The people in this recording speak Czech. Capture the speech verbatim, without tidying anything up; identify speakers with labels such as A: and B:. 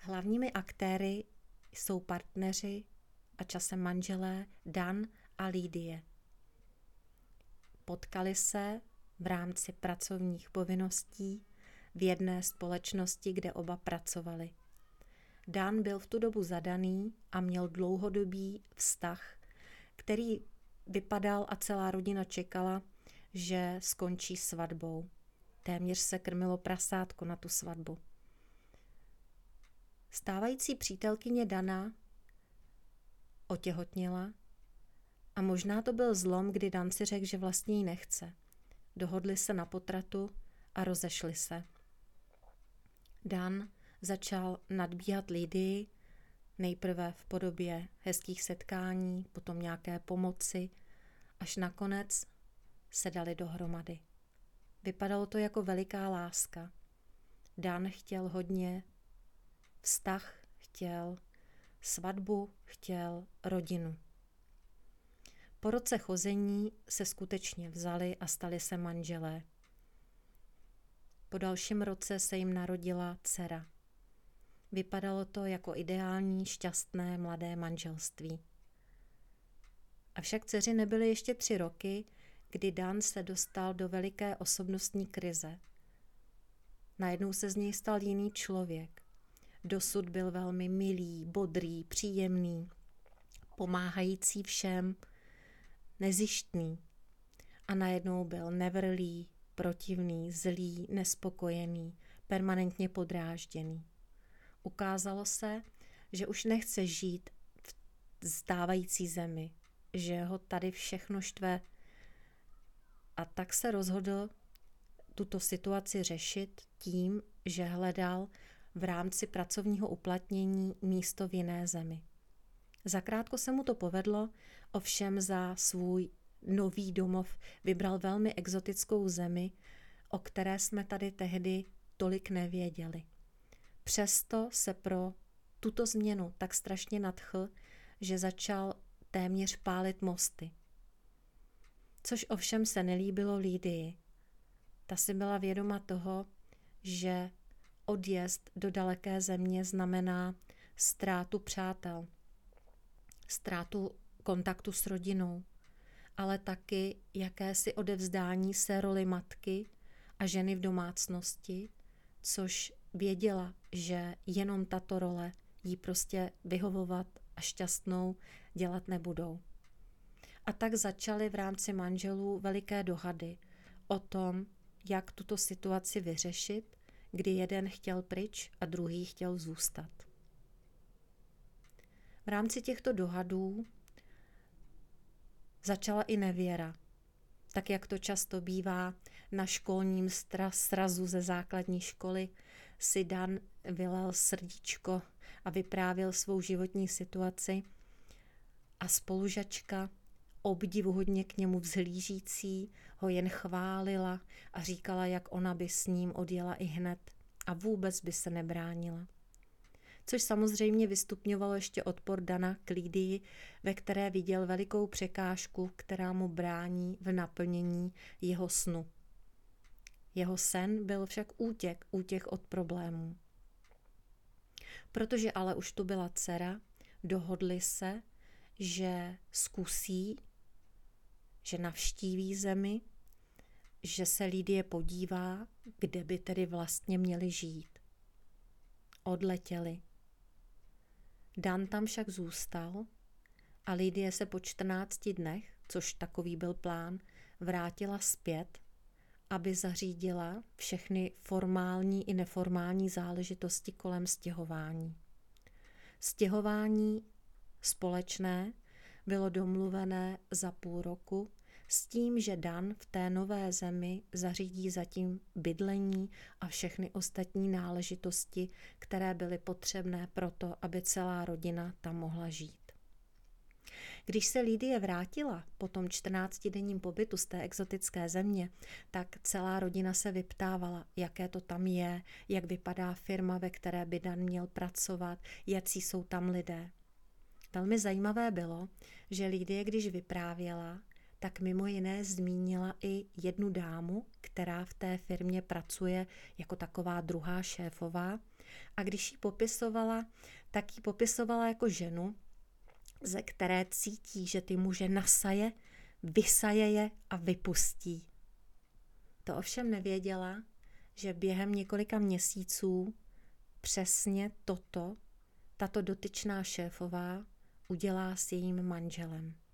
A: Hlavními aktéry jsou partneři a časem manželé Dan a Lydie. Potkali se v rámci pracovních povinností v jedné společnosti, kde oba pracovali. Dan byl v tu dobu zadaný a měl dlouhodobý vztah, který vypadal a celá rodina čekala, že skončí svatbou. Téměř se krmilo prasátko na tu svatbu. Stávající přítelkyně Dana otěhotněla a možná to byl zlom, kdy Dan si řekl, že vlastně ji nechce. Dohodli se na potratu a rozešli se. Dan začal nadbíhat Lydii, nejprve v podobě hezkých setkání, potom nějaké pomoci, až nakonec se dali dohromady. Vypadalo to jako veliká láska. Dan chtěl hodně vztah, chtěl svatbu, chtěl rodinu. Po roce chození se skutečně vzali a stali se manželé. Po dalším roce se jim narodila dcera. Vypadalo to jako ideální, šťastné, mladé manželství. Avšak dceři nebyly ještě tři roky, kdy Dan se dostal do veliké osobnostní krize. Najednou se z něj stal jiný člověk. Dosud byl velmi milý, bodrý, příjemný, pomáhající všem, nezištný. A najednou byl nevrlý, protivný, zlý, nespokojený, permanentně podrážděný. Ukázalo se, že už nechce žít v stávající zemi, že ho tady všechno štve. A tak se rozhodl tuto situaci řešit tím, že hledal v rámci pracovního uplatnění místo v jiné zemi. Zakrátko se mu to povedlo, ovšem za svůj nový domov vybral velmi exotickou zemi, o které jsme tady tehdy tolik nevěděli. Přesto se pro tuto změnu tak strašně nadchl, že začal téměř pálit mosty. Což ovšem se nelíbilo Lydii. Ta si byla vědoma toho, že odjezd do daleké země znamená ztrátu přátel, ztrátu kontaktu s rodinou, ale taky jakési odevzdání se roli matky a ženy v domácnosti, což věděla, že jenom tato role jí prostě vyhovovat a šťastnou dělat nebudou. A tak začaly v rámci manželů veliké dohady o tom, jak tuto situaci vyřešit, kdy jeden chtěl pryč a druhý chtěl zůstat. V rámci těchto dohadů začala i nevěra. Tak jak to často bývá na školním srazu ze základní školy, si Dan vylel srdíčko a vyprávěl svou životní situaci a spolužačka, obdivuhodně k němu vzhlížící, ho jen chválila a říkala, jak ona by s ním odjela i hned a vůbec by se nebránila. Což samozřejmě vystupňovalo ještě odpor Dana k Lydii, ve které viděl velikou překážku, která mu brání v naplnění jeho snu. Jeho sen byl však útěk, útěk od problémů. Protože ale už tu byla dcera, dohodli se, že zkusí, že navštíví zemi, že se Lydie podívá, kde by tedy vlastně měli žít. Odletěli. Dan tam však zůstal a Lydie se po čtrnácti dnech, což takový byl plán, vrátila zpět, aby zařídila všechny formální i neformální záležitosti kolem stěhování. Stěhování společné bylo domluvené za půl roku s tím, že Dan v té nové zemi zařídí zatím bydlení a všechny ostatní náležitosti, které byly potřebné pro to, aby celá rodina tam mohla žít. Když se Lydie vrátila po tom čtrnáctidenním pobytu z té exotické země, tak celá rodina se vyptávala, jaké to tam je, jak vypadá firma, ve které by Dan měl pracovat, jací jsou tam lidé. Velmi zajímavé bylo, že Lydie, když vyprávěla, tak mimo jiné zmínila i jednu dámu, která v té firmě pracuje jako taková druhá šéfová A když ji popisovala, tak ji popisovala jako ženu, ze které cítí, že ty muže nasaje, vysaje je a vypustí. To ovšem nevěděla, že během několika měsíců přesně toto tato dotyčná šéfová udělá s jejím manželem.